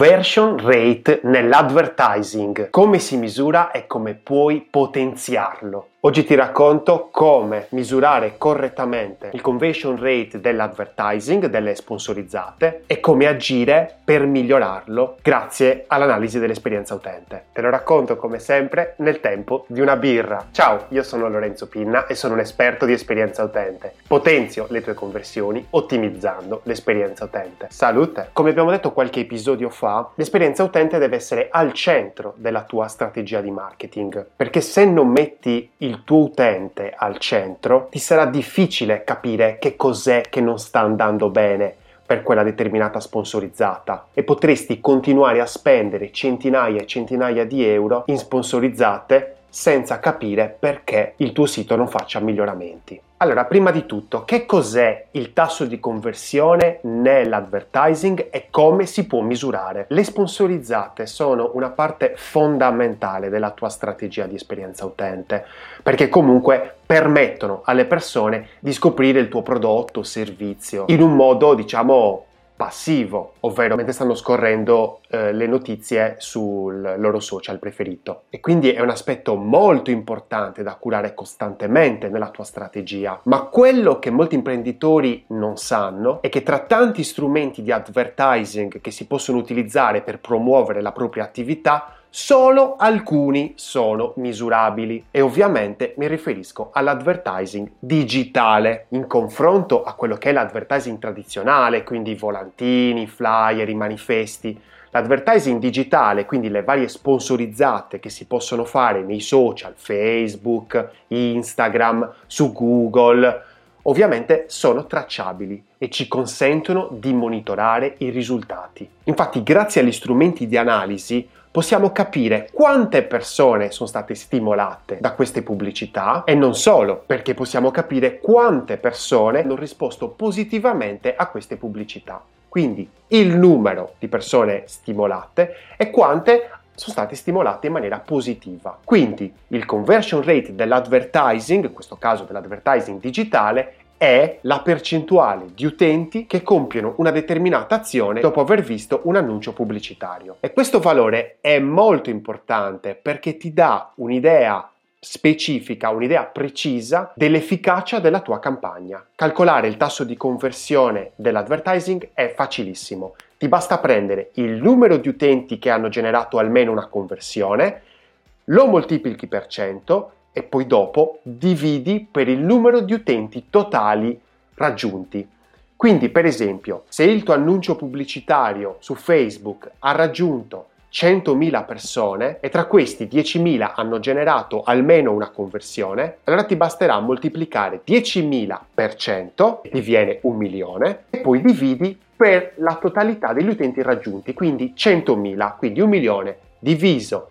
Conversion rate nell'advertising. Come si misura e come puoi potenziarlo. Oggi ti racconto come misurare correttamente il conversion rate dell'advertising, delle sponsorizzate, e come agire per migliorarlo grazie all'analisi dell'esperienza utente. Te lo racconto come sempre nel tempo di una birra. Ciao, io sono Lorenzo Pinna e sono un esperto di esperienza utente. Potenzio le tue conversioni ottimizzando l'esperienza utente. Salute! Come abbiamo detto qualche episodio fa, l'esperienza utente deve essere al centro della tua strategia di marketing, perché se non metti il tuo utente al centro, ti sarà difficile capire che cos'è che non sta andando bene per quella determinata sponsorizzata e potresti continuare a spendere centinaia e centinaia di euro in sponsorizzate senza capire perché il tuo sito non faccia miglioramenti. Allora, prima di tutto, che cos'è il tasso di conversione nell'advertising e come si può misurare? Le sponsorizzate sono una parte fondamentale della tua strategia di esperienza utente, perché comunque permettono alle persone di scoprire il tuo prodotto o servizio in un modo, diciamo, passivo, ovvero mentre stanno scorrendo le notizie sul loro social preferito. E quindi è un aspetto molto importante da curare costantemente nella tua strategia. Ma quello che molti imprenditori non sanno è che tra tanti strumenti di advertising che si possono utilizzare per promuovere la propria attività, solo alcuni sono misurabili e ovviamente mi riferisco all'advertising digitale in confronto a quello che è l'advertising tradizionale, quindi i volantini, i flyer, i manifesti. L'advertising digitale, quindi le varie sponsorizzate che si possono fare nei social, Facebook, Instagram, su Google, ovviamente sono tracciabili e ci consentono di monitorare i risultati. Infatti, grazie agli strumenti di analisi possiamo capire quante persone sono state stimolate da queste pubblicità e non solo, perché possiamo capire quante persone hanno risposto positivamente a queste pubblicità. Quindi il numero di persone stimolate e quante sono state stimolate in maniera positiva. Quindi il conversion rate dell'advertising, in questo caso dell'advertising digitale, è la percentuale di utenti che compiono una determinata azione dopo aver visto un annuncio pubblicitario. E questo valore è molto importante perché ti dà un'idea specifica, un'idea precisa dell'efficacia della tua campagna. Calcolare il tasso di conversione dell'advertising è facilissimo. Ti basta prendere il numero di utenti che hanno generato almeno una conversione, lo moltiplichi per 100 e poi dopo dividi per il numero di utenti totali raggiunti. Quindi, per esempio, se il tuo annuncio pubblicitario su Facebook ha raggiunto 100.000 persone e tra questi 10.000 hanno generato almeno una conversione, allora ti basterà moltiplicare 10.000 per 100, ti viene 1 milione, e poi dividi per la totalità degli utenti raggiunti, quindi 100.000, quindi 1 milione diviso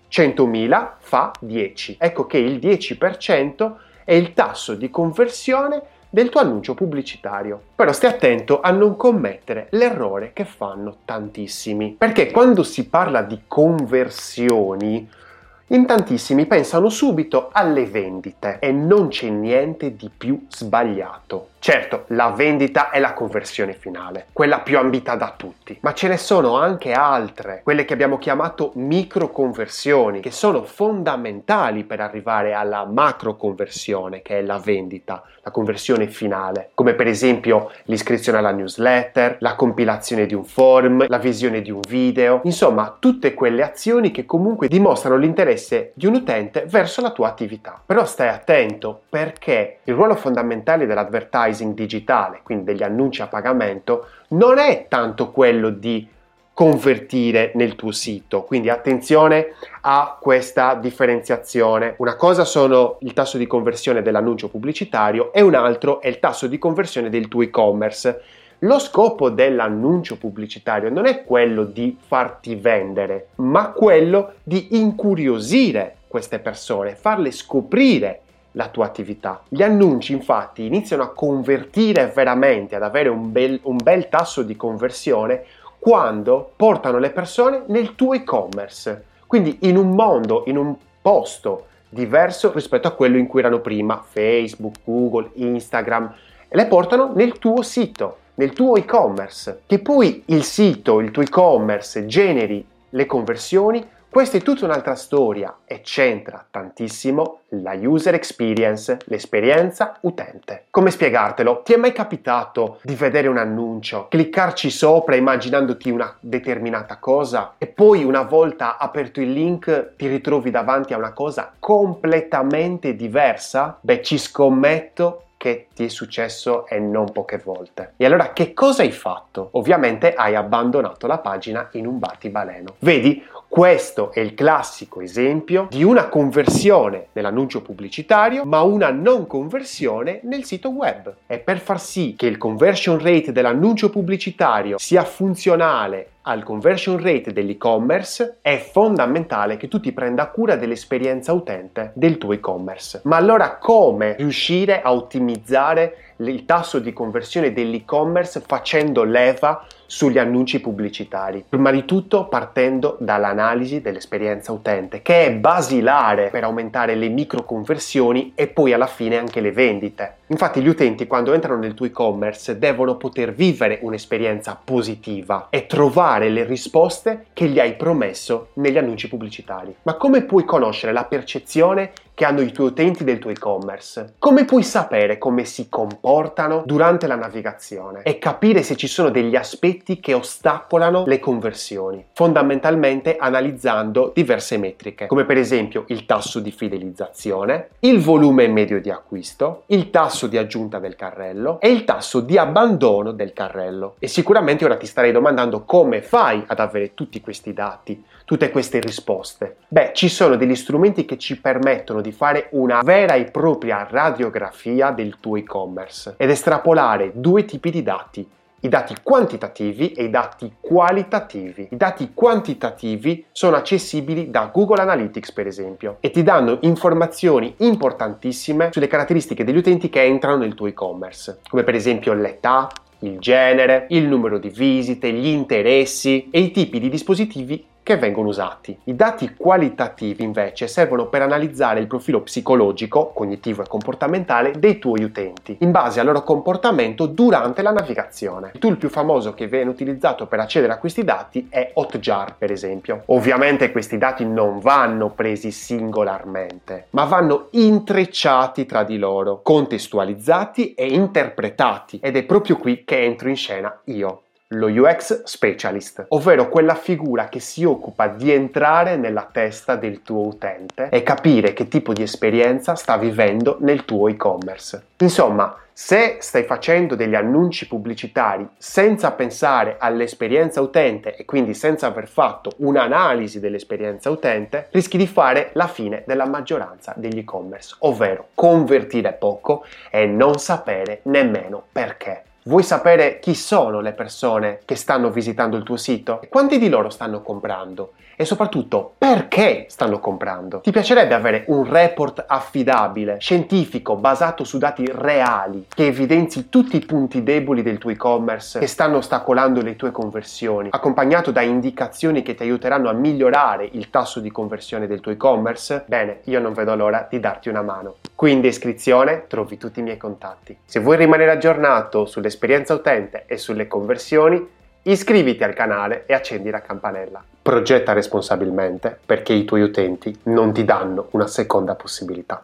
100.000 fa 10. Ecco che il 10% è il tasso di conversione del tuo annuncio pubblicitario. Però stai attento a non commettere l'errore che fanno tantissimi. Perché quando si parla di conversioni, in tantissimi pensano subito alle vendite e non c'è niente di più sbagliato. Certo, la vendita è la conversione finale, quella più ambita da tutti, ma ce ne sono anche altre, quelle che abbiamo chiamato microconversioni, che sono fondamentali per arrivare alla macroconversione, che è la vendita, la conversione finale, come per esempio l'iscrizione alla newsletter, la compilazione di un form, la visione di un video, insomma tutte quelle azioni che comunque dimostrano l'interesse di un utente verso la tua attività. Però stai attento perché il ruolo fondamentale dell'advertising digitale, quindi degli annunci a pagamento, non è tanto quello di convertire nel tuo sito, quindi attenzione a questa differenziazione. Una cosa sono il tasso di conversione dell'annuncio pubblicitario e un altro è il tasso di conversione del tuo e-commerce. Lo scopo dell'annuncio pubblicitario non è quello di farti vendere, ma quello di incuriosire queste persone, farle scoprire la tua attività. Gli annunci infatti iniziano a convertire veramente, ad avere un bel tasso di conversione quando portano le persone nel tuo e-commerce, quindi in un mondo, in un posto diverso rispetto a quello in cui erano prima, Facebook, Google, Instagram, e le portano nel tuo sito. nel tuo e-commerce. Che poi il sito, il tuo e-commerce generi le conversioni, questa è tutta un'altra storia e c'entra tantissimo la user experience, l'esperienza utente. Come spiegartelo? Ti è mai capitato di vedere un annuncio, cliccarci sopra immaginandoti una determinata cosa e poi una volta aperto il link ti ritrovi davanti a una cosa completamente diversa? Beh, ci scommetto che ti è successo e non poche volte. E allora che cosa hai fatto? Ovviamente hai abbandonato la pagina in un battibaleno. Vedi? Questo è il classico esempio di una conversione nell'annuncio pubblicitario, ma una non conversione nel sito web. E per far sì che il conversion rate dell'annuncio pubblicitario sia funzionale al conversion rate dell'e-commerce, è fondamentale che tu ti prenda cura dell'esperienza utente del tuo e-commerce. Ma allora come riuscire a ottimizzare il tasso di conversione dell'e-commerce facendo leva sugli annunci pubblicitari? Prima di tutto partendo dall'analisi dell'esperienza utente, che è basilare per aumentare le micro conversioni e poi alla fine anche le vendite. Infatti gli utenti quando entrano nel tuo e-commerce devono poter vivere un'esperienza positiva e trovare le risposte che gli hai promesso negli annunci pubblicitari. Ma come puoi conoscere la percezione che hanno i tuoi utenti del tuo e-commerce? Come puoi sapere come si comportano durante la navigazione e capire se ci sono degli aspetti che ostacolano le conversioni? Fondamentalmente analizzando diverse metriche, come per esempio il tasso di fidelizzazione, il volume medio di acquisto, il tasso di aggiunta del carrello e il tasso di abbandono del carrello. E sicuramente ora ti starei domandando come fai ad avere tutti questi dati, tutte queste risposte. Beh, ci sono degli strumenti che ci permettono di fare una vera e propria radiografia del tuo e-commerce ed estrapolare due tipi di dati: i dati quantitativi e i dati qualitativi. I dati quantitativi sono accessibili da Google Analytics, per esempio, e ti danno informazioni importantissime sulle caratteristiche degli utenti che entrano nel tuo e-commerce, come per esempio l'età, il genere, il numero di visite, gli interessi e i tipi di dispositivi che vengono usati. I dati qualitativi invece servono per analizzare il profilo psicologico, cognitivo e comportamentale dei tuoi utenti in base al loro comportamento durante la navigazione. Il tool più famoso che viene utilizzato per accedere a questi dati è Hotjar, per esempio. Ovviamente questi dati non vanno presi singolarmente, ma vanno intrecciati tra di loro, contestualizzati e interpretati, ed è proprio qui che entro in scena io, lo UX Specialist, ovvero quella figura che si occupa di entrare nella testa del tuo utente e capire che tipo di esperienza sta vivendo nel tuo e-commerce. Insomma, se stai facendo degli annunci pubblicitari senza pensare all'esperienza utente e quindi senza aver fatto un'analisi dell'esperienza utente, rischi di fare la fine della maggioranza degli e-commerce, ovvero convertire poco e non sapere nemmeno perché. Vuoi sapere chi sono le persone che stanno visitando il tuo sito? Quanti di loro stanno comprando? E soprattutto, perché stanno comprando? Ti piacerebbe avere un report affidabile, scientifico, basato su dati reali, che evidenzi tutti i punti deboli del tuo e-commerce che stanno ostacolando le tue conversioni, accompagnato da indicazioni che ti aiuteranno a migliorare il tasso di conversione del tuo e-commerce? Bene, io non vedo l'ora di darti una mano. Qui in descrizione trovi tutti i miei contatti. Se vuoi rimanere aggiornato sull'esperienza utente e sulle conversioni, iscriviti al canale e accendi la campanella. Progetta responsabilmente perché i tuoi utenti non ti danno una seconda possibilità.